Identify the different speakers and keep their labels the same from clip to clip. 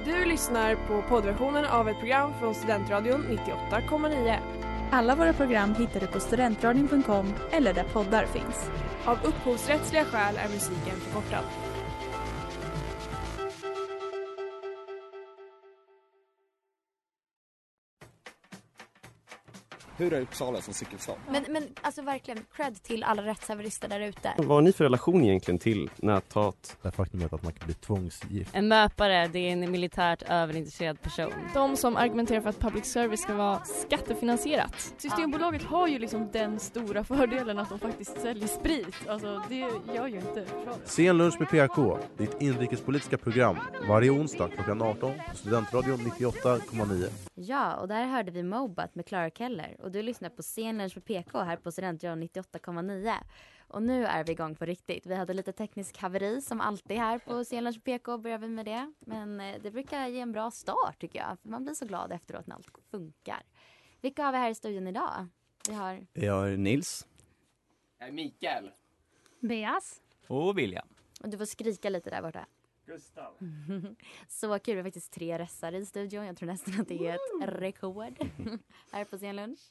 Speaker 1: Du lyssnar på poddversionen av ett program från Studentradion 98,9.
Speaker 2: Alla våra program hittar du på studentradion.com eller där poddar finns.
Speaker 1: Av upphovsrättsliga skäl är musiken förkortad.
Speaker 3: Hur är Uppsala som cykelstad?
Speaker 4: Men alltså verkligen cred till alla rättshaverister där ute.
Speaker 5: Vad har ni för relation egentligen till näthat?
Speaker 6: Det faktumet att man kan bli tvångsgift.
Speaker 7: En möpare, det är en militärt överintresserad person.
Speaker 8: De som argumenterar för att public service ska vara skattefinansierat. Systembolaget har ju liksom den stora fördelen att de faktiskt säljer sprit. Alltså det gör ju inte försvaret.
Speaker 6: Sen lunch med PK, ditt inrikespolitiska program. Varje onsdag klockan 18 på Studentradion 98,9.
Speaker 4: Ja, och där hörde vi Mobat med Clara Keller. Och du lyssnar på Sen lunch med PK här på Studentradion 98,9. Och nu är vi igång på riktigt. Vi hade lite teknisk haveri som alltid här på Sen lunch med PK. Börjar vi med det. Men det brukar ge en bra start tycker jag. För man blir så glad efteråt när allt funkar. Vilka har vi här i studion idag?
Speaker 9: Jag har Nils.
Speaker 10: Mikael.
Speaker 11: Beas.
Speaker 10: Och William.
Speaker 4: Och du får skrika lite där borta.
Speaker 10: Gustav.
Speaker 4: Så kul, vi har faktiskt 3 röster i studion. Jag tror nästan att det är ett rekord här på Sen lunch.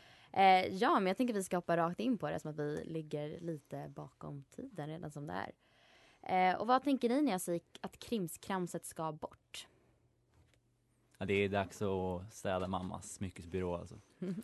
Speaker 4: Ja, men jag tänker att vi ska hoppa rakt in på det som att vi ligger lite bakom tiden redan som det är. Och vad tänker ni när jag säger att krimskramset ska bort?
Speaker 10: Ja, det är dags att städa mammas smyckesbyrå alltså.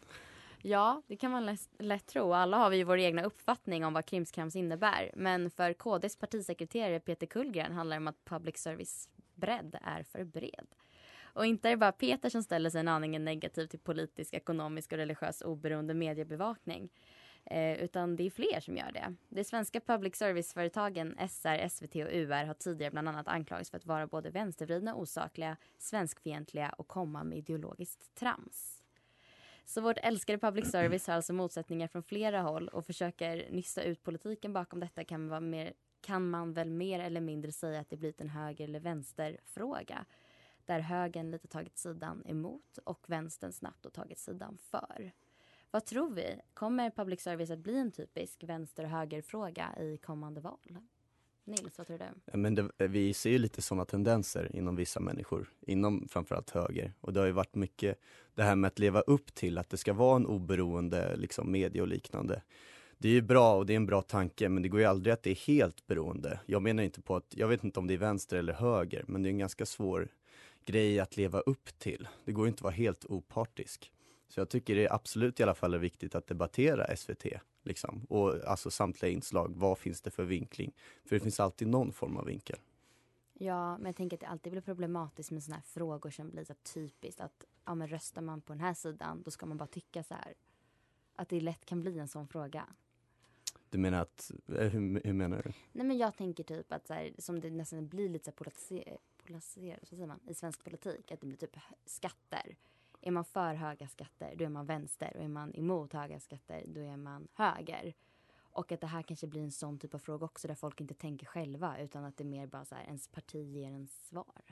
Speaker 4: Ja, det kan man lätt tro. Alla har vi ju vår egna uppfattning om vad krimskrams innebär. Men för KDs partisekreterare Peter Kullgren handlar det om att public service bredd är för bred. Och inte är det bara Peter som ställer sig en aningen negativ till politisk, ekonomisk och religiös oberoende mediebevakning. Utan det är fler som gör det. De svenska public service-företagen SR, SVT och UR har tidigare bland annat anklagats för att vara både vänstervridna, osakliga, svenskfientliga och komma med ideologiskt trams. Så vårt älskade public service har alltså motsättningar från flera håll och försöker nysta ut politiken bakom detta kan man väl mer eller mindre säga att det blivit en höger- eller vänsterfråga. Där högern lite tagit sidan emot och vänstern snabbt och tagit sidan för. Vad tror vi? Kommer public service att bli en typisk vänster- och högerfråga i kommande val? Nils, vad tror du?
Speaker 9: Ja, men vi ser ju lite sådana tendenser inom vissa människor, inom framförallt höger. Och det har ju varit mycket det här med att leva upp till att det ska vara en oberoende liksom, media och liknande. Det är ju bra och det är en bra tanke, men det går ju aldrig att det är helt beroende. Jag menar inte på att, jag vet inte om det är vänster eller höger, men det är en ganska svår grej att leva upp till. Det går ju inte att vara helt opartisk. Så jag tycker det är absolut i alla fall viktigt att debattera SVT. Liksom. Och alltså samtliga inslag, vad finns det för vinkling? För det finns alltid någon form av vinkel.
Speaker 4: Ja, men jag tänker att det alltid blir problematiskt med såna här frågor som blir så typiskt. Att ja, men röstar man på den här sidan, då ska man bara tycka så här. Att det lätt kan bli en sån fråga.
Speaker 9: Du menar att, hur menar du?
Speaker 4: Nej, men jag tänker typ att så här, som det nästan blir lite så polariserat, så säger man, i svensk politik. Att det blir typ skatter. Är man för höga skatter, då är man vänster. Och är man emot höga skatter, då är man höger. Och att det här kanske blir en sån typ av fråga också, där folk inte tänker själva. Utan att det är mer bara så här, ens parti ger en svar.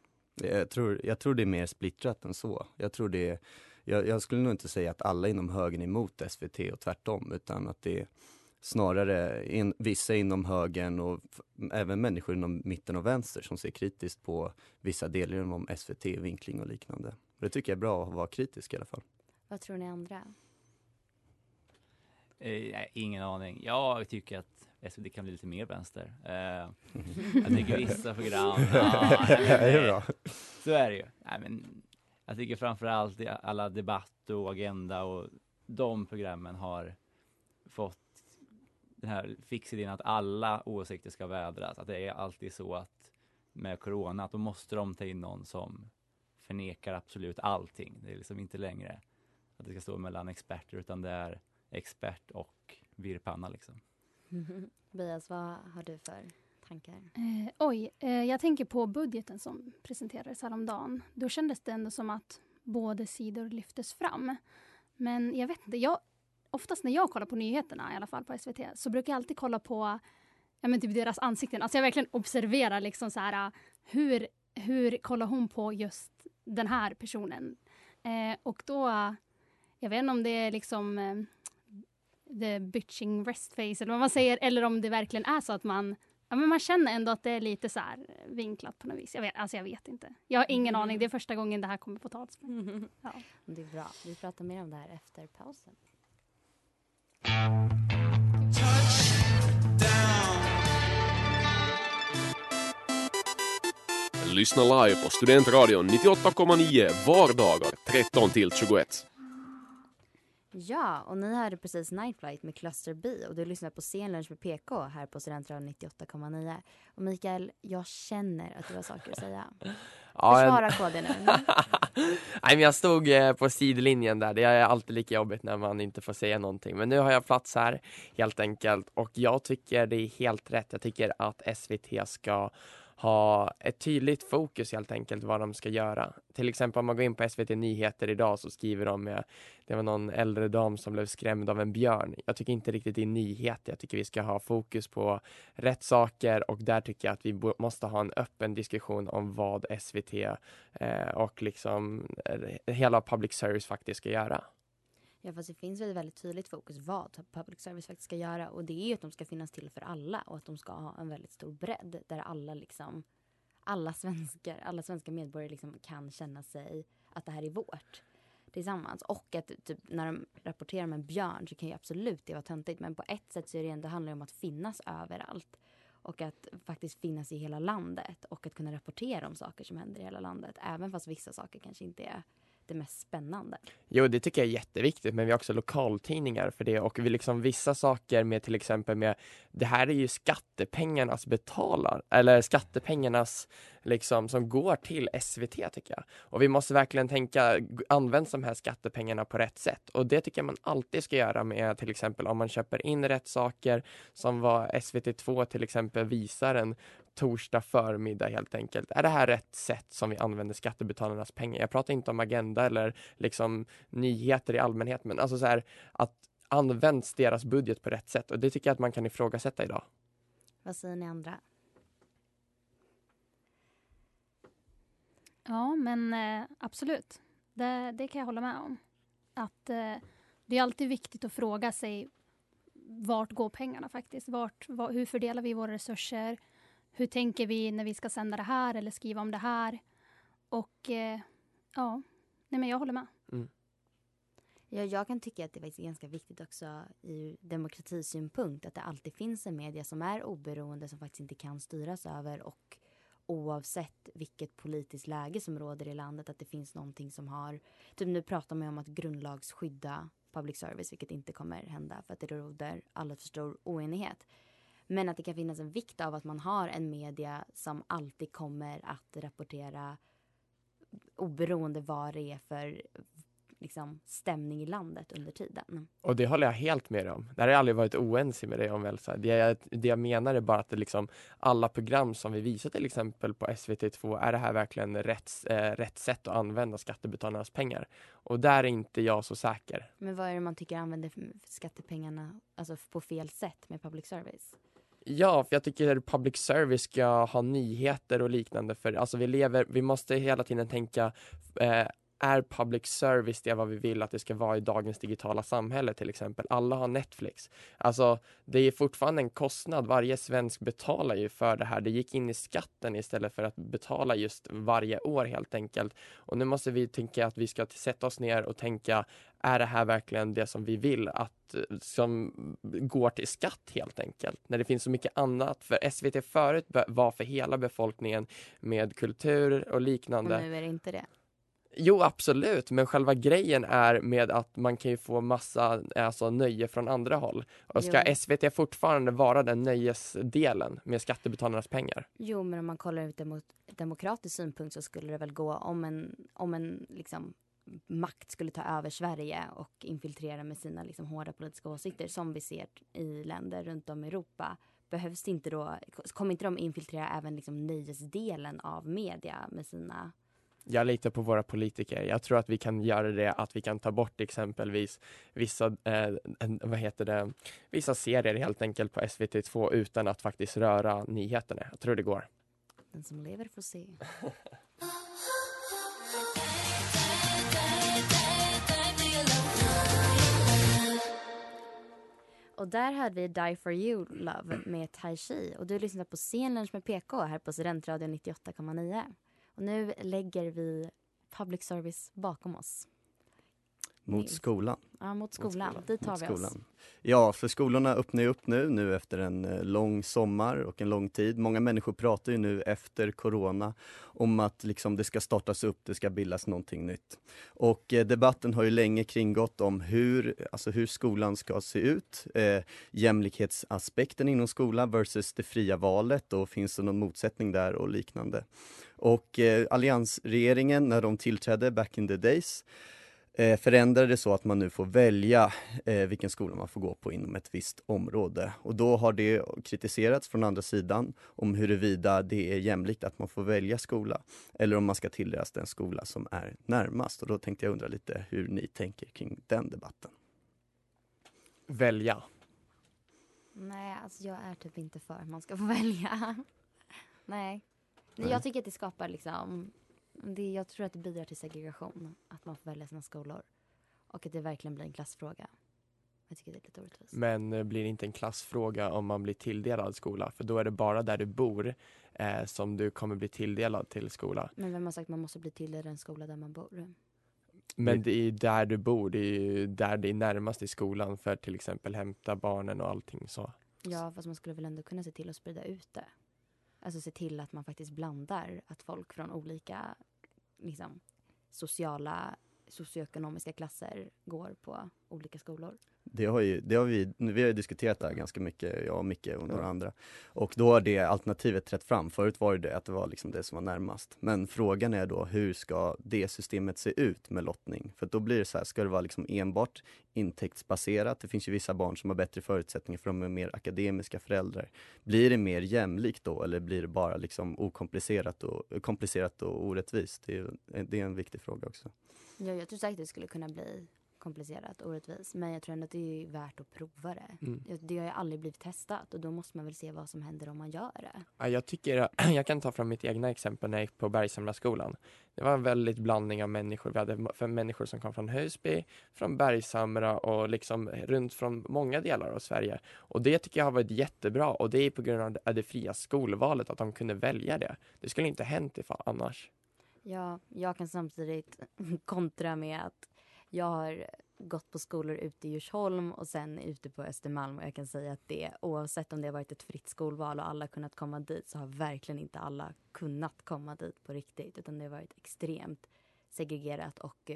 Speaker 9: Jag tror det är mer splittrat än så. Jag skulle nog inte säga att alla inom högern är emot SVT och tvärtom. Utan att det är snarare vissa inom högern och även människor inom mitten och vänster som ser kritiskt på vissa delar inom SVT, vinkling och liknande. Det tycker jag är bra att vara kritisk i alla fall.
Speaker 4: Vad tror ni andra?
Speaker 10: Ingen aning. Jag tycker att SVT kan bli lite mer vänster. Jag tycker vissa program...
Speaker 9: det är bra.
Speaker 10: Så är det ju. Jag tycker framförallt alla debatt och agenda och de programmen har fått den här fixidén att alla åsikter ska vädras. Att det är alltid så att med corona att då måste de ta in någon som förnekar absolut allting. Det är liksom inte längre att det ska stå mellan experter, utan det är expert och virrpanna liksom.
Speaker 4: Bias, vad har du för tankar?
Speaker 11: Jag tänker på budgeten som presenterades häromdagen. Då kändes det ändå som att båda sidor lyftes fram. Men jag vet inte, oftast när jag kollar på nyheterna, i alla fall på SVT, så brukar jag alltid kolla på typ deras ansikten. Alltså jag verkligen observerar liksom så här, hur kollar hon på just den här personen. Och då, jag vet inte om det är liksom the bitching rest face eller vad man säger, eller om det verkligen är så att man Ja, men man känner ändå att det är lite så här vinklat på något vis. Jag vet inte. Jag har ingen aning. Det är första gången det här kommer på tal. Ja.
Speaker 4: Det är bra. Vi pratar mer om det här efter pausen.
Speaker 12: Lyssna live på Studentradion 98,9 vardagar 13 till 21.
Speaker 4: Ja, och ni hörde precis Night Flight med Cluster B och du lyssnar på Scenlunch med PK här på Studentradion 98,9. Och Mikael, jag känner att du har saker att säga. Försvara KD nu.
Speaker 13: Nej, men jag stod på sidlinjen där. Det är alltid lika jobbigt när man inte får säga någonting. Men nu har jag plats här helt enkelt. Och jag tycker det är helt rätt. Jag tycker att SVT ska ha ett tydligt fokus helt enkelt vad de ska göra. Till exempel om man går in på SVT Nyheter idag så skriver de med, det var någon äldre dam som blev skrämd av en björn. Jag tycker inte riktigt det är nyheter. Jag tycker vi ska ha fokus på rätt saker och där tycker jag att vi måste ha en öppen diskussion om vad SVT och liksom hela public service faktiskt ska göra.
Speaker 4: Ja, fast det finns ett väldigt tydligt fokus vad public service faktiskt ska göra. Och det är ju att de ska finnas till för alla. Och att de ska ha en väldigt stor bredd. Där alla svenska medborgare liksom kan känna sig att det här är vårt tillsammans. Och att typ, när de rapporterar om en björn så kan ju absolut det vara töntigt. Men på ett sätt så är det ändå handlar om att finnas överallt. Och att faktiskt finnas i hela landet. Och att kunna rapportera om saker som händer i hela landet. Även fast vissa saker kanske inte är det mest spännande.
Speaker 13: Jo, det tycker jag är jätteviktigt, men vi har också lokaltidningar för det och vi liksom vissa saker med till exempel med det här är ju skattepengarnas betalar eller skattepengarnas liksom som går till SVT tycker jag. Och vi måste verkligen tänka använda de här skattepengarna på rätt sätt och det tycker jag man alltid ska göra med till exempel om man köper in rätt saker som vad SVT2 till exempel visar en torsdag förmiddag helt enkelt. Är det här rätt sätt som vi använder skattebetalarnas pengar? Jag pratar inte om Agenda eller liksom nyheter i allmänhet, men alltså så här att används deras budget på rätt sätt och det tycker jag att man kan ifrågasätta idag.
Speaker 4: Vad säger ni andra?
Speaker 11: Ja, men absolut. Det kan jag hålla med om. Att det är alltid viktigt att fråga sig vart går pengarna faktiskt? Hur fördelar vi våra resurser? Hur tänker vi när vi ska sända det här eller skriva om det här? Och men jag håller med.
Speaker 4: Mm. Ja, jag kan tycka att det är ganska viktigt också i demokratisynpunkt att det alltid finns en media som är oberoende som faktiskt inte kan styras över och oavsett vilket politiskt läge som råder i landet att det finns någonting som har typ nu pratar man om att grundlagsskydda public service vilket inte kommer hända för att det råder alldeles för stor oenighet. Men att det kan finnas en vikt av att man har en media som alltid kommer att rapportera oberoende vad det är för liksom, stämning i landet under tiden.
Speaker 13: Och det håller jag helt med om. Det har jag aldrig varit oense med dig om. Det jag menar är bara att det liksom, alla program som vi visar till exempel på SVT2 är det här verkligen rätt sätt att använda skattebetalarnas pengar. Och där är inte jag så säker.
Speaker 4: Men vad är det man tycker använder skattepengarna alltså på fel sätt med public service?
Speaker 13: Ja, för jag tycker att public service ska ha nyheter och liknande. För alltså vi måste hela tiden tänka, är public service det vad vi vill att det ska vara i dagens digitala samhälle till exempel? Alla har Netflix. Alltså det är fortfarande en kostnad. Varje svensk betalar ju för det här. Det gick in i skatten istället för att betala just varje år helt enkelt. Och nu måste vi tänka att vi ska sätta oss ner och tänka, är det här verkligen det som vi vill att som går till skatt helt enkelt? När det finns så mycket annat. För SVT förut var för hela befolkningen med kultur och liknande.
Speaker 4: Och nu är det inte det.
Speaker 13: Jo, absolut. Men själva grejen är med att man kan ju få massa nöje från andra håll. Och ska SVT fortfarande vara den nöjesdelen med skattebetalarnas pengar?
Speaker 4: Jo, men om man kollar ut det mot demokratisk synpunkt så skulle det väl gå om en liksom makt skulle ta över Sverige och infiltrera med sina liksom hårda politiska åsikter som vi ser i länder runt om i Europa. Behövs det inte då, kommer inte de infiltrera även liksom nöjesdelen av media med sina...
Speaker 13: Jag litar på våra politiker. Jag tror att vi kan göra det, att vi kan ta bort exempelvis vissa serier helt enkelt på SVT2 utan att faktiskt röra nyheterna. Jag tror det går.
Speaker 4: Den som lever får se. Och där hade vi Die For You Love med Tai Chi. Och du lyssnar på Scenlunch med PK här på Studentradion 98,9. Och nu lägger vi public service bakom oss.
Speaker 9: Mot skolan.
Speaker 4: Ja, mot skolan. Dit tar vi oss.
Speaker 9: Ja, för skolorna öppnar ju upp nu efter en lång sommar och en lång tid. Många människor pratar ju nu efter corona om att liksom det ska startas upp, det ska bildas någonting nytt. Och debatten har ju länge kringgått om hur skolan ska se ut. Jämlikhetsaspekten inom skolan versus det fria valet, och finns det någon motsättning där och liknande. Och alliansregeringen, när de tillträdde back in the days, förändrade det så att man nu får välja vilken skola man får gå på inom ett visst område. Och då har det kritiserats från andra sidan om huruvida det är jämlikt att man får välja skola eller om man ska tilldelas den skola som är närmast. Och då tänkte jag undra lite hur ni tänker kring den debatten.
Speaker 13: Välja.
Speaker 4: Nej, alltså jag är typ inte för att man ska få välja. Nej. Jag tycker att det skapar liksom... jag tror att det bidrar till segregation. Att man får välja sina skolor. Och att det verkligen blir en klassfråga. Jag tycker det är lite orättvist.
Speaker 13: Men blir det inte en klassfråga om man blir tilldelad skola? För då är det bara där du bor som du kommer bli tilldelad till skola.
Speaker 4: Men vem har sagt att man måste bli tilldelad en skola där man bor?
Speaker 13: Men det är där du bor. Det är ju där det är närmast i skolan för till exempel hämta barnen och allting så.
Speaker 4: Ja, fast man skulle väl ändå kunna se till att sprida ut det. Alltså se till att man faktiskt blandar att folk från olika liksom, socioekonomiska klasser går på olika skolor.
Speaker 9: Vi har diskuterat det här ganska mycket, jag och Micke och några andra. Och då har det alternativet trätt fram. Förut var det att det var liksom det som var närmast. Men frågan är då, hur ska det systemet se ut med lottning? För då blir det så här, ska det vara liksom enbart intäktsbaserat? Det finns ju vissa barn som har bättre förutsättningar för de är mer akademiska föräldrar. Blir det mer jämlikt då? Eller blir det bara liksom komplicerat och orättvist? Det är en viktig fråga också.
Speaker 4: Ja, jag tror säkert att det skulle kunna bli komplicerat och orättvist. Men jag tror ändå att det är värt att prova det. Det har ju aldrig blivit testat. Och då måste man väl se vad som händer om man gör det.
Speaker 13: Ja, jag kan ta fram mitt egna exempel när jag gick på Bergshamra-skolan. Det var en väldigt blandning av människor. Vi hade människor som kom från Husby, från Bergshamra och liksom runt från många delar av Sverige. Och det tycker jag har varit jättebra. Och det är på grund av det fria skolvalet att de kunde välja det. Det skulle inte hänt ifall annars.
Speaker 4: Ja, jag kan samtidigt kontra med att jag har gått på skolor ute i Djursholm och sen ute på Östermalm. Och jag kan säga att det, oavsett om det har varit ett fritt skolval och alla kunnat komma dit, så har verkligen inte alla kunnat komma dit på riktigt. Utan det har varit extremt segregerat och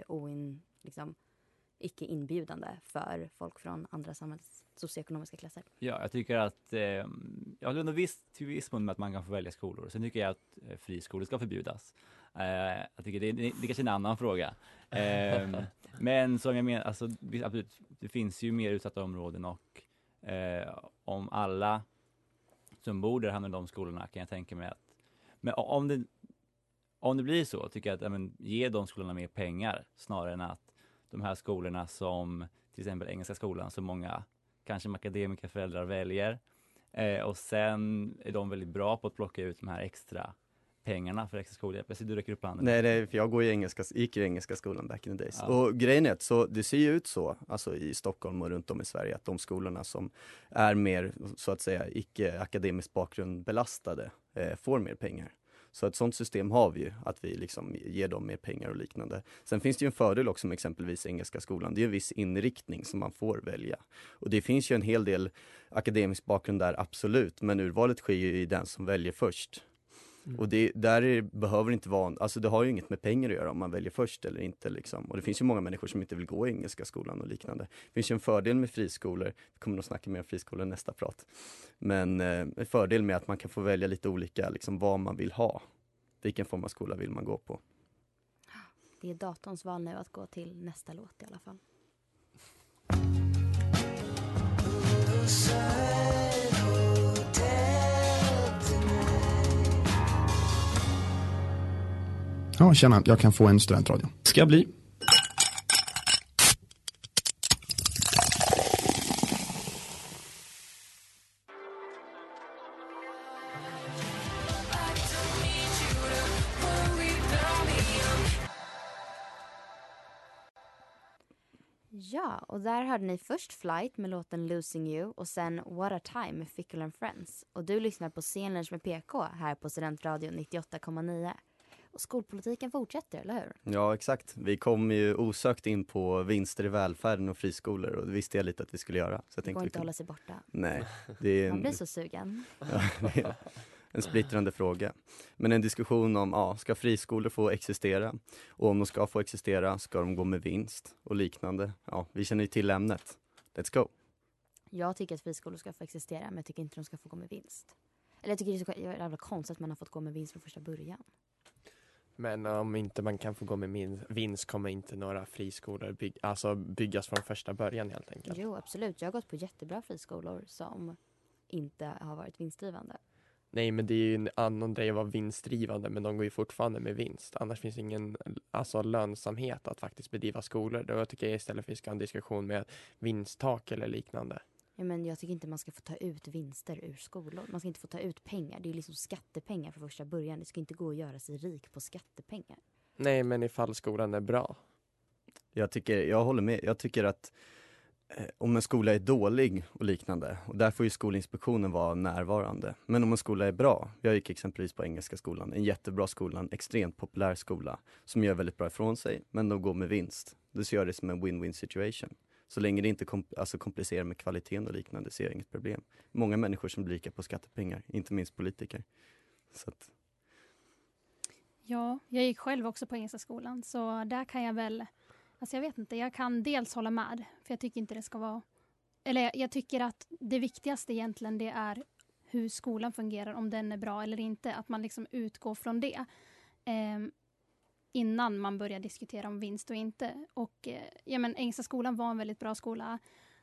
Speaker 4: icke inbjudande för folk från andra socioekonomiska klasser.
Speaker 10: Ja, jag tycker att jag håller nog till viss mån med att man kan få välja skolor. Sen tycker jag att friskolor ska förbjudas. Jag tycker det är kanske en annan fråga. Men som jag menar, alltså, absolut, det finns ju mer utsatta områden och om alla som bor där hamnar i de skolorna kan jag tänka mig att, men om det blir så tycker jag att ge de skolorna mer pengar snarare än att de här skolorna som till exempel Engelska skolan som många kanske akademiska föräldrar väljer och sen är de väldigt bra på att plocka ut de här extra pengarna för extra skolhjälp. Jag ser du räcker upp handen.
Speaker 9: Nej, för jag gick i Engelska skolan back in the days. Ja. Och grejen är så det ser ju ut så, alltså i Stockholm och runt om i Sverige, att de skolorna som är mer, så att säga, icke akademiskt bakgrund belastade får mer pengar. Så ett sånt system har vi ju, att vi liksom ger dem mer pengar och liknande. Sen finns det ju en fördel också med exempelvis Engelska skolan. Det är en viss inriktning som man får välja. Och det finns ju en hel del akademisk bakgrund där, absolut. Men urvalet sker ju i den som väljer först. Och behöver inte vara, alltså det har ju inget med pengar att göra om man väljer först eller inte liksom. Och det finns ju många människor som inte vill gå i Engelska skolan och liknande. Det finns ju en fördel med friskolor, vi kommer nog snacka mer om friskolor nästa prat. Men en fördel med att man kan få välja lite olika liksom vad man vill ha. Vilken form av skola vill man gå på?
Speaker 4: Det är datorns val nu att gå till nästa låt i alla fall.
Speaker 14: Ja, tjena, jag kan få en studentradio. Ska bli.
Speaker 4: Ja, och där hörde ni först Flight med låten Losing You och sen What a Time med Fickle and Friends. Och du lyssnar på Scenlunch med PK här på Studentradion 98,9. Och skolpolitiken fortsätter, eller hur?
Speaker 9: Ja, exakt. Vi kom ju osökt in på vinster i välfärden och friskolor och det visste jag lite att vi skulle göra. Så jag
Speaker 4: det går
Speaker 9: tänkte
Speaker 4: inte att hålla sig borta.
Speaker 9: Nej. Det är
Speaker 4: Man blir så sugen.
Speaker 9: Ja, det är en splittrande fråga. Men en diskussion om, ska friskolor få existera? Och om de ska få existera, ska de gå med vinst och liknande? Ja, vi känner ju till ämnet. Let's go!
Speaker 4: Jag tycker att friskolor ska få existera, men jag tycker inte de ska få gå med vinst. Eller jag tycker det är så jävla konstigt att man har fått gå med vinst från första början.
Speaker 13: Men om inte man kan få gå med vinst kommer inte några friskolor byggas från första början helt enkelt.
Speaker 4: Jo, absolut. Jag har gått på jättebra friskolor som inte har varit vinstdrivande.
Speaker 13: Nej, men det är ju en annan grej att vara vinstdrivande, men de går ju fortfarande med vinst. Annars finns ingen lönsamhet att faktiskt bedriva skolor. Då tycker jag istället för att vi ska ha en diskussion med vinsttak eller liknande.
Speaker 4: Ja, men jag tycker inte man ska få ta ut vinster ur skolor. Man ska inte få ta ut pengar. Det är liksom skattepengar från första början. Det ska inte gå att göra sig rik på skattepengar.
Speaker 13: Nej, men ifall skolan är bra.
Speaker 9: Jag håller med. Jag tycker att om en skola är dålig och liknande, och där får ju Skolinspektionen vara närvarande. Men om en skola är bra, jag gick exempelvis på Engelska skolan, en jättebra skola, en extremt populär skola som gör väldigt bra ifrån sig, men de går med vinst. Då ser jag det som en win-win situation. Så länge det inte komplicerar med kvaliteten och liknande ser jag inget problem. Många människor som blir rika på skattepengar, inte minst politiker. Så att...
Speaker 11: Ja, jag gick själv också på Engelska skolan, så där kan jag väl... Alltså jag vet inte, jag kan dels hålla med, för jag tycker inte det ska vara... Eller jag tycker att det viktigaste egentligen det är hur skolan fungerar, om den är bra eller inte. Att man liksom utgår från det innan man börjar diskutera om vinst och inte. Och Engelska skolan var en väldigt bra skola.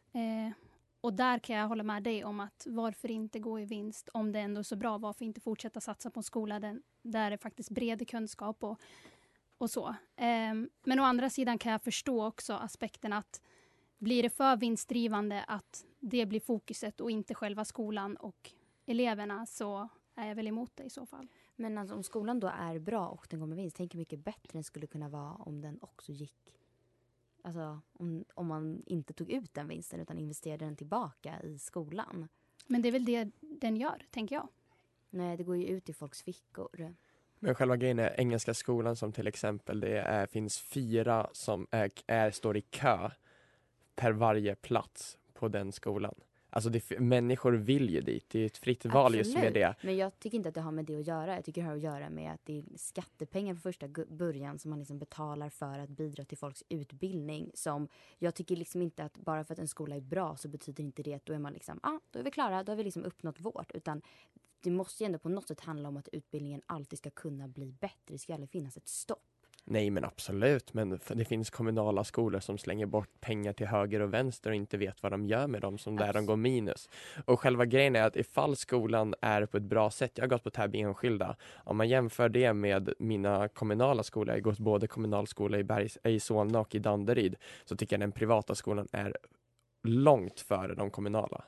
Speaker 11: Och där kan jag hålla med dig om att varför inte gå i vinst om det ändå är så bra. Varför inte fortsätta satsa på en skola där det faktiskt bred kunskap och så. Men å andra sidan kan jag förstå också aspekten att blir det för vinstdrivande att det blir fokuset och inte själva skolan och eleverna, så är jag väl emot det i så fall.
Speaker 4: Men alltså, om skolan då är bra och den går med vinst, tänker mycket bättre den skulle kunna vara om den också gick. Alltså om man inte tog ut den vinsten utan investerade den tillbaka i skolan.
Speaker 11: Men det är väl det den gör, tänker jag.
Speaker 4: Nej, det går ju ut i folks fickor.
Speaker 13: Men själva grejen är Engelska skolan som till exempel finns 4 som står i kö per varje plats på den skolan. Alltså människor vill ju dit. Det är ett fritt val. Absolut. Just med det.
Speaker 4: Men jag tycker inte att det har med det att göra. Jag tycker det har att göra med att det är skattepengar från första början som man liksom betalar för att bidra till folks utbildning. Som jag tycker liksom inte att bara för att en skola är bra så betyder inte det att då är man liksom, då är vi klara, då har vi liksom uppnått vårt. Utan det måste ju ändå på något sätt handla om att utbildningen alltid ska kunna bli bättre. Det ska aldrig finnas ett stopp.
Speaker 13: Nej, men absolut. Men det finns kommunala skolor som slänger bort pengar till höger och vänster och inte vet vad de gör med dem som där de går minus. Och själva grejen är att ifall skolan är på ett bra sätt, jag har gått på Täby enskilda, om man jämför det med mina kommunala skolor, jag har gått både kommunalskola i Solna och i Danderyd, så tycker jag den privata skolan är långt före de kommunala.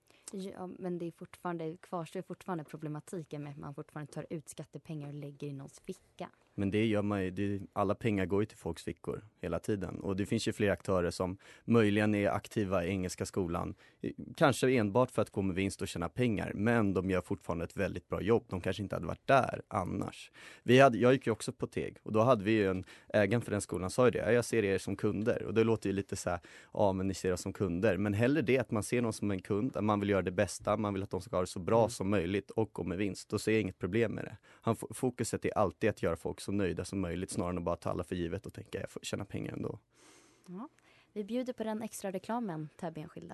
Speaker 4: Ja, men det kvarstår fortfarande problematiken med att man fortfarande tar ut skattepengar och lägger i någons ficka.
Speaker 9: Men det gör man ju, alla pengar går ju till folks fickor hela tiden. Och det finns ju fler aktörer som möjligen är aktiva i Engelska skolan. Kanske enbart för att gå med vinst och tjäna pengar. Men de gör fortfarande ett väldigt bra jobb. De kanske inte hade varit där annars. Jag gick ju också på TEG. Och då hade vi ju en ägaren för den skolan sa ju det. Jag ser er som kunder. Och det låter ju lite så här, men ni ser oss som kunder. Men hellre det att man ser någon som en kund. Att man vill göra det bästa. Man vill att de ska ha det så bra som möjligt och gå med vinst. Då ser jag inget problem med det. Fokuset är alltid att göra folk så nöjda som möjligt snarare än att bara ta alla för givet och tänka jag får tjäna pengar ändå.
Speaker 4: Ja, vi bjuder på den extra reklamen, Täby enskilda.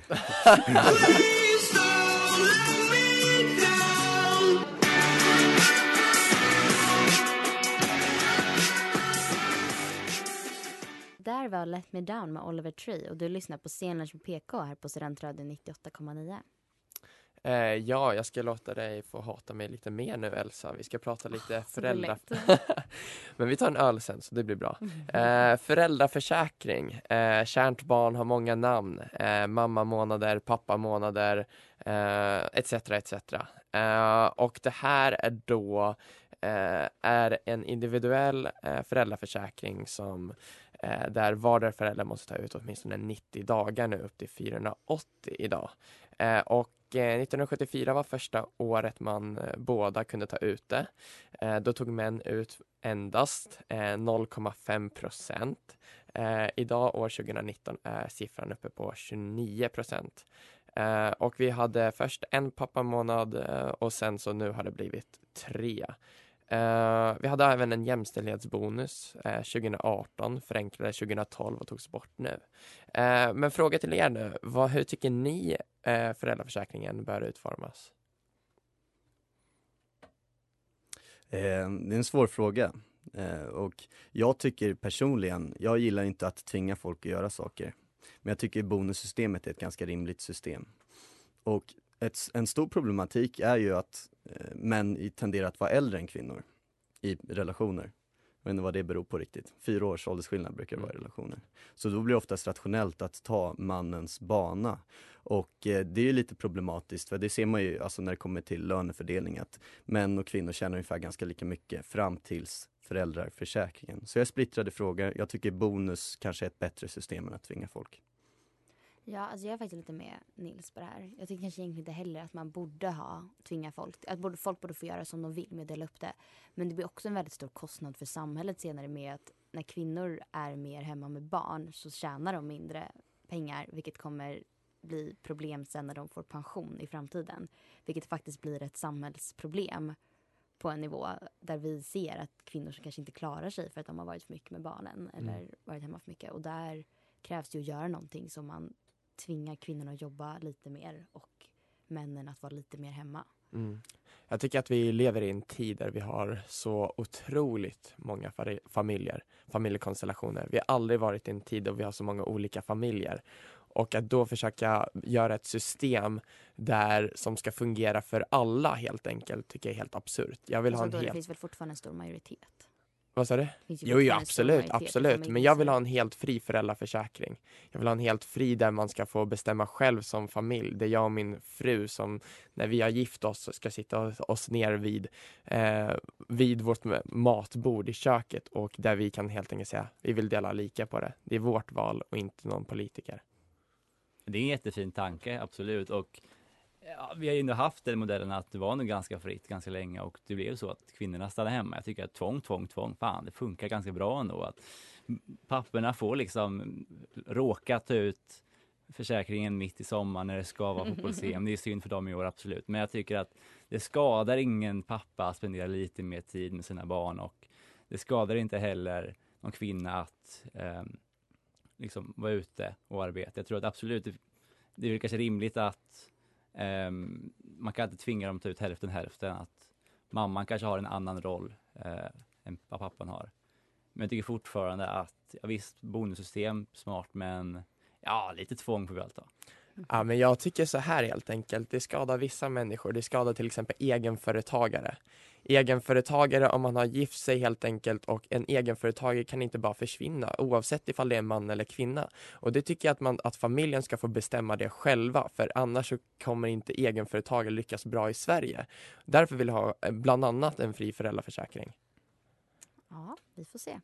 Speaker 4: Där var Let Me Down med Oliver Tree och du lyssnar på Scenlunch med PK här på Studentradion 98,9.
Speaker 13: Ja, jag ska låta dig få hata mig lite mer nu, Elsa. Vi ska prata lite föräldrar. Men vi tar en öl sen, så det blir bra. Föräldraförsäkring. Kärt barn har många namn. Mammamånader, pappamånader, etc. etc. Och det här är då är en individuell föräldraförsäkring som där vardera förälder måste ta ut åtminstone 90 dagar nu, upp till 480 idag. Och 1974 var första året man båda kunde ta ut det. Då tog män ut endast 0,5%. Idag år 2019 är siffran uppe på 29%. Och vi hade först en pappamånad och sen så nu har det blivit 3. Vi hade även en jämställdhetsbonus 2018, förenklade 2012 och togs bort nu. Men fråga till er nu, hur tycker ni föräldraförsäkringen bör utformas?
Speaker 9: Det är en svår fråga. Och jag tycker personligen, jag gillar inte att tvinga folk att göra saker. Men jag tycker bonussystemet är ett ganska rimligt system. Och en stor problematik är ju att män tenderar att vara äldre än kvinnor i relationer. Jag vet inte vad det beror på riktigt. 4 års åldersskillnad brukar det vara i relationer. Så då blir det oftast rationellt att ta mannens bana. Och det är ju lite problematiskt, för det ser man ju alltså när det kommer till lönefördelning, att män och kvinnor tjänar ungefär ganska lika mycket fram tills föräldraförsäkringen. Så jag splittrade frågor. Jag tycker bonus kanske är ett bättre system än att tvinga folk.
Speaker 4: Ja, alltså jag är faktiskt lite med Nils på det här. Jag tycker kanske egentligen inte heller att man borde tvinga folk. Att folk borde få göra som de vill med att dela upp det. Men det blir också en väldigt stor kostnad för samhället senare med att när kvinnor är mer hemma med barn så tjänar de mindre pengar. Vilket kommer bli problem sen när de får pension i framtiden. Vilket faktiskt blir ett samhällsproblem på en nivå där vi ser att kvinnor som kanske inte klarar sig för att de har varit för mycket med barnen eller varit hemma för mycket. Och där krävs det ju att göra någonting som man tvingar kvinnorna att jobba lite mer och männen att vara lite mer hemma.
Speaker 13: Jag tycker att vi lever i en tid där vi har så otroligt många familjekonstellationer. Vi har aldrig varit i en tid där vi har så många olika familjer. Och att då försöka göra ett system som ska fungera för alla helt enkelt tycker jag är helt absurt. Jag vill
Speaker 4: Det finns väl fortfarande en stor majoritet?
Speaker 13: Vad sa du? Jo, absolut. Men jag vill ha en helt fri föräldraförsäkring. Jag vill ha en helt fri där man ska få bestämma själv som familj. Det är jag och min fru som, när vi har gift oss, ska sitta oss ner vid vårt matbord i köket. Och där vi kan helt enkelt säga, vi vill dela lika på det. Det är vårt val och inte någon politiker.
Speaker 10: Det är en jättefin tanke, absolut. Och vi har ju ändå haft den modellen att det var nog ganska fritt ganska länge och det blev så att kvinnorna stannade hemma. Jag tycker att tvång, fan, det funkar ganska bra ändå. Att papporna får liksom råka ta ut försäkringen mitt i sommaren när det ska vara fotbolls-EM. Det är synd för dem i år, absolut. Men jag tycker att det skadar ingen pappa att spendera lite mer tid med sina barn och det skadar inte heller någon kvinna att liksom vara ute och arbeta. Jag tror att absolut, det är kanske rimligt att man kan inte tvinga dem att ta ut hälften. Att mamman kanske har en annan roll än vad pappan har. Men jag tycker fortfarande att visst, bonussystem, smart, men lite tvång får vi allt ha.
Speaker 13: Ja, men jag tycker så här helt enkelt. Det skadar vissa människor. Det skadar till exempel egenföretagare. Egenföretagare om man har gift sig helt enkelt, och en egenföretagare kan inte bara försvinna oavsett ifall det är man eller kvinna. Och det tycker jag att familjen ska få bestämma det själva, för annars så kommer inte egenföretagare lyckas bra i Sverige. Därför vill jag ha bland annat en fri föräldraförsäkring.
Speaker 4: Ja, vi får se.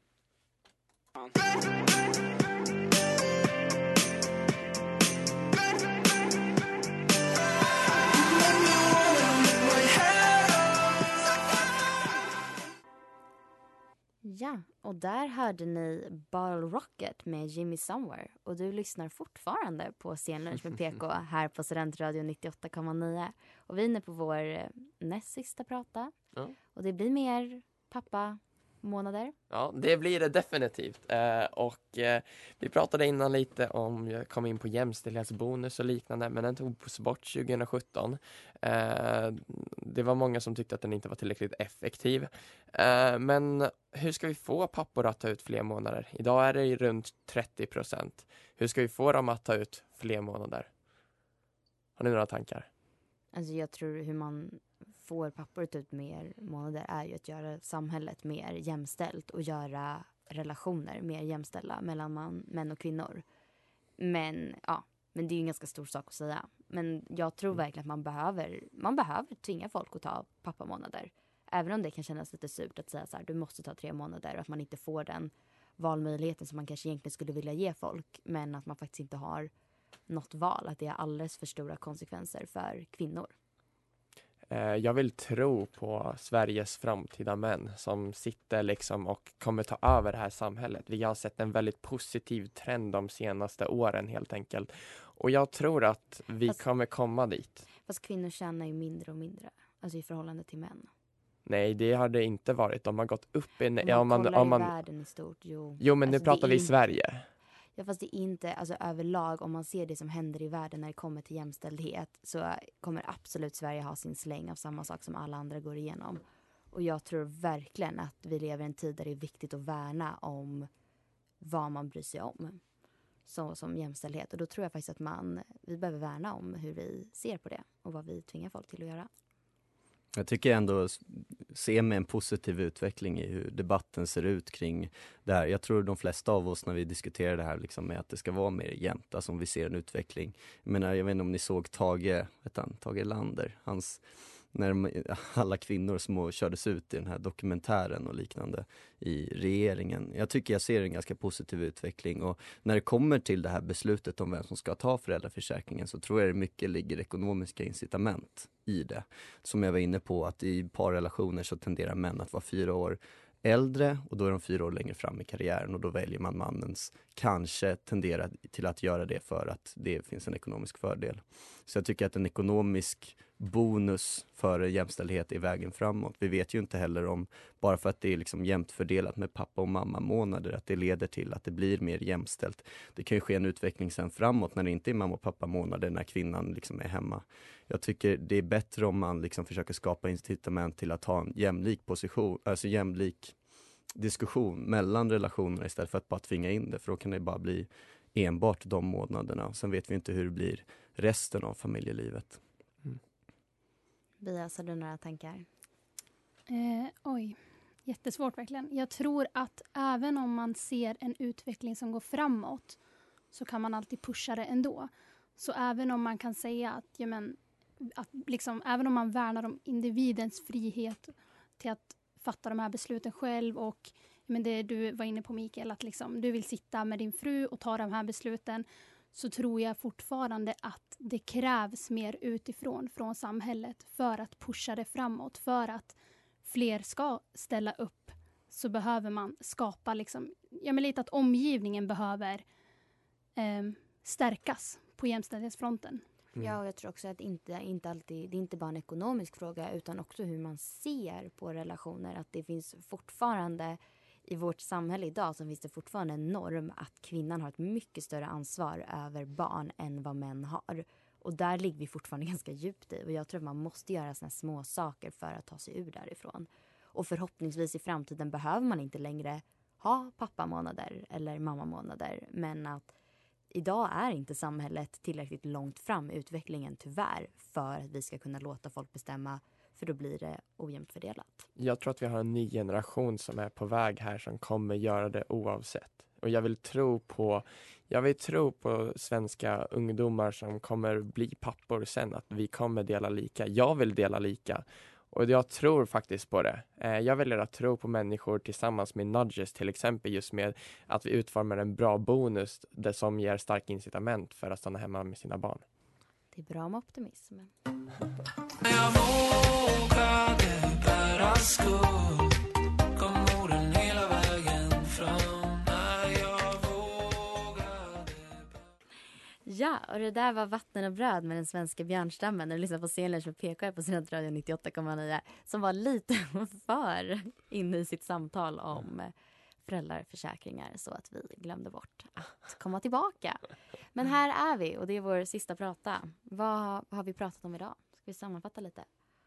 Speaker 4: Ja, och där hörde ni Bottle Rocket med Jimmy Somewhere. Och du lyssnar fortfarande på Scenlunch med PK här på Studentradion 98,9. Och vi är inne på vår näst sista prata. Ja. Och det blir mer pappa-månader.
Speaker 13: Ja, det blir det definitivt. Vi pratade innan lite om, jag kom in på jämställdhetsbonus och liknande, men den togs bort 2017. Det var många som tyckte att den inte var tillräckligt effektiv. Men hur ska vi få pappor att ta ut fler månader? Idag är det runt 30%. Hur ska vi få dem att ta ut fler månader? Har ni några tankar?
Speaker 4: Alltså jag tror hur man får pappor att ta ut mer månader är ju att göra samhället mer jämställt och göra relationer mer jämställda mellan män och kvinnor. Men det är ju en ganska stor sak att säga. Men jag tror verkligen att man behöver tvinga folk att ta pappamånader. Även om det kan kännas lite surt att säga så här, du måste ta 3 månader och att man inte får den valmöjligheten som man kanske egentligen skulle vilja ge folk, men att man faktiskt inte har något val, att det är alldeles för stora konsekvenser för kvinnor.
Speaker 13: Jag vill tro på Sveriges framtida män som sitter liksom och kommer ta över det här samhället. Vi har sett en väldigt positiv trend de senaste åren helt enkelt. Och jag tror att vi kommer komma dit.
Speaker 4: Fast kvinnor tjänar ju mindre och mindre, alltså i förhållande till män.
Speaker 13: Nej, det har det inte varit. De har gått upp i...
Speaker 4: Om man kollar i världen i stort,
Speaker 13: Jo, men
Speaker 4: alltså,
Speaker 13: nu pratar vi i Sverige.
Speaker 4: Ja, fast det är inte, alltså överlag, om man ser det som händer i världen när det kommer till jämställdhet, så kommer absolut Sverige ha sin släng av samma sak som alla andra går igenom. Och jag tror verkligen att vi lever i en tid där det är viktigt att värna om vad man bryr sig om. Så som jämställdhet. Och då tror jag faktiskt att vi behöver värna om hur vi ser på det och vad vi tvingar folk till att göra.
Speaker 9: Jag tycker ändå se med en positiv utveckling i hur debatten ser ut kring det här. Jag tror de flesta av oss när vi diskuterar det här liksom med att det ska vara mer jämnt, alltså om vi ser en utveckling. Jag vet inte om ni såg Tage Erlander, när alla kvinnor som kördes ut i den här dokumentären och liknande i regeringen. Jag tycker jag ser en ganska positiv utveckling, och när det kommer till det här beslutet om vem som ska ta föräldraförsäkringen så tror jag det mycket ligger ekonomiska incitament i det. Som jag var inne på, att i parrelationer så tenderar män att vara 4 år äldre och då är de 4 år längre fram i karriären, och då väljer man mannens, kanske tenderar till att göra det för att det finns en ekonomisk fördel. Så jag tycker att en ekonomisk bonus för jämställdhet är vägen framåt. Vi vet ju inte heller om, bara för att det är liksom jämnt fördelat med pappa- och mamma-månader, att det leder till att det blir mer jämställt. Det kan ju ske en utveckling sen framåt när det inte är mamma- och pappa-månader, när kvinnan liksom är hemma. Jag tycker det är bättre om man liksom försöker skapa incitament till att ha en jämlik position, alltså jämlik diskussion mellan relationerna istället för att bara tvinga in det, för då kan det bara bli enbart de månaderna. Sen vet vi inte hur det blir resten av familjelivet.
Speaker 4: Bias, har du några tankar?
Speaker 11: Jättesvårt verkligen. Jag tror att även om man ser en utveckling som går framåt så kan man alltid pusha det ändå. Så även om man kan säga att även om man värnar om individens frihet till att fatta de här besluten själv, och det du var inne på, Mikael, att du vill sitta med din fru och ta de här besluten, så tror jag fortfarande att det krävs mer utifrån, från samhället, för att pusha det framåt. För att fler ska ställa upp så behöver man skapa lite att omgivningen behöver stärkas på jämställdhetsfronten.
Speaker 4: Ja, och jag tror också att inte alltid, det är inte bara en ekonomisk fråga, utan också hur man ser på relationer. Att det finns fortfarande i vårt samhälle idag, så finns det fortfarande en norm att kvinnan har ett mycket större ansvar över barn än vad män har. Och där ligger vi fortfarande ganska djupt i. Och jag tror att man måste göra såna små saker för att ta sig ur därifrån. Och förhoppningsvis i framtiden behöver man inte längre ha pappamånader eller mammamånader. Men att idag är inte samhället tillräckligt långt fram i utvecklingen, tyvärr, för att vi ska kunna låta folk bestämma, för då blir det ojämnt fördelat.
Speaker 13: Jag tror att vi har en ny generation som är på väg här som kommer göra det oavsett. Och jag vill tro på svenska ungdomar som kommer bli pappor sen, att vi kommer dela lika. Jag vill dela lika. Och jag tror faktiskt på det. Jag väljer att tro på människor tillsammans med nudges, till exempel just med att vi utformar en bra bonus där som ger stark incitament för att stanna hemma med sina barn.
Speaker 4: Det är bra med optimism.
Speaker 15: Jag vågade bära skuld, kom orden hela vägen fram när jag vågade.
Speaker 4: Ja, och det där var Vatten och bröd med den svenska björnstammen. När du lyssnar på Scenlunch med PK på Studentradion 98,9, som var lite för inne i sitt samtal om föräldraförsäkringar, så att vi glömde bort att komma tillbaka. Men här är vi, och det är vår sista prata. Vad har vi pratat om idag? Ska vi sammanfatta lite?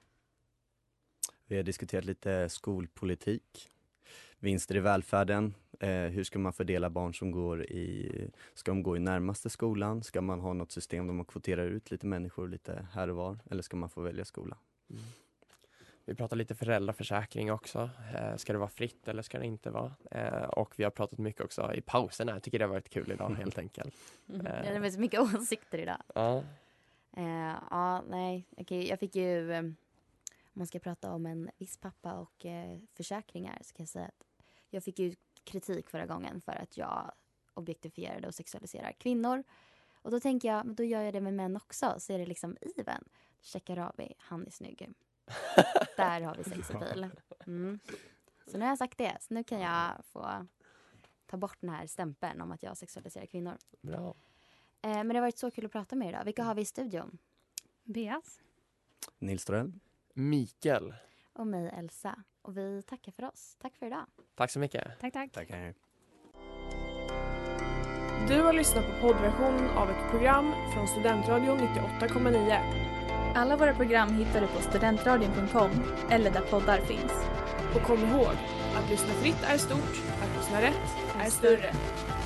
Speaker 9: Vi har diskuterat lite skolpolitik, vinster i välfärden. Hur ska man fördela barn som ska de gå i närmaste skolan? Ska man ha något system där man kvoterar ut lite människor lite här och var? Eller ska man få välja skola?
Speaker 13: Mm. Vi pratar lite föräldraförsäkring också. Ska det vara fritt eller ska det inte vara? Och vi har pratat mycket också i pauserna. Jag tycker det har varit kul idag helt enkelt.
Speaker 4: Det var så mycket åsikter idag.
Speaker 13: Ja.
Speaker 4: Okej. Jag fick ju, om man ska prata om en viss pappa och försäkringar, så kan jag säga att jag fick ju kritik förra gången för att jag objektifierade och sexualiserar kvinnor. Och då tänker jag, men då gör jag det med män också. Så är det liksom even. Shekarabi, han är snygg. Där har vi sexapil. Så nu har jag sagt det. Så nu kan jag få ta bort den här stämpeln om att jag sexualiserar kvinnor.
Speaker 13: Bra.
Speaker 4: Men det har varit så kul att prata med er idag. Vilka har vi i studion?
Speaker 11: Beas.
Speaker 9: Nils Ström.
Speaker 13: Mikael.
Speaker 4: Och mig, Elsa. Och vi tackar för oss. Tack för idag.
Speaker 13: Tack så mycket.
Speaker 11: Tack.
Speaker 9: Tackar.
Speaker 1: Du har lyssnat på poddversionen av ett program från Studentradion 98,9.
Speaker 2: Alla våra program hittar du på studentradion.com eller där poddar finns.
Speaker 1: Och kom ihåg, att lyssna fritt är stort, att lyssna rätt är större.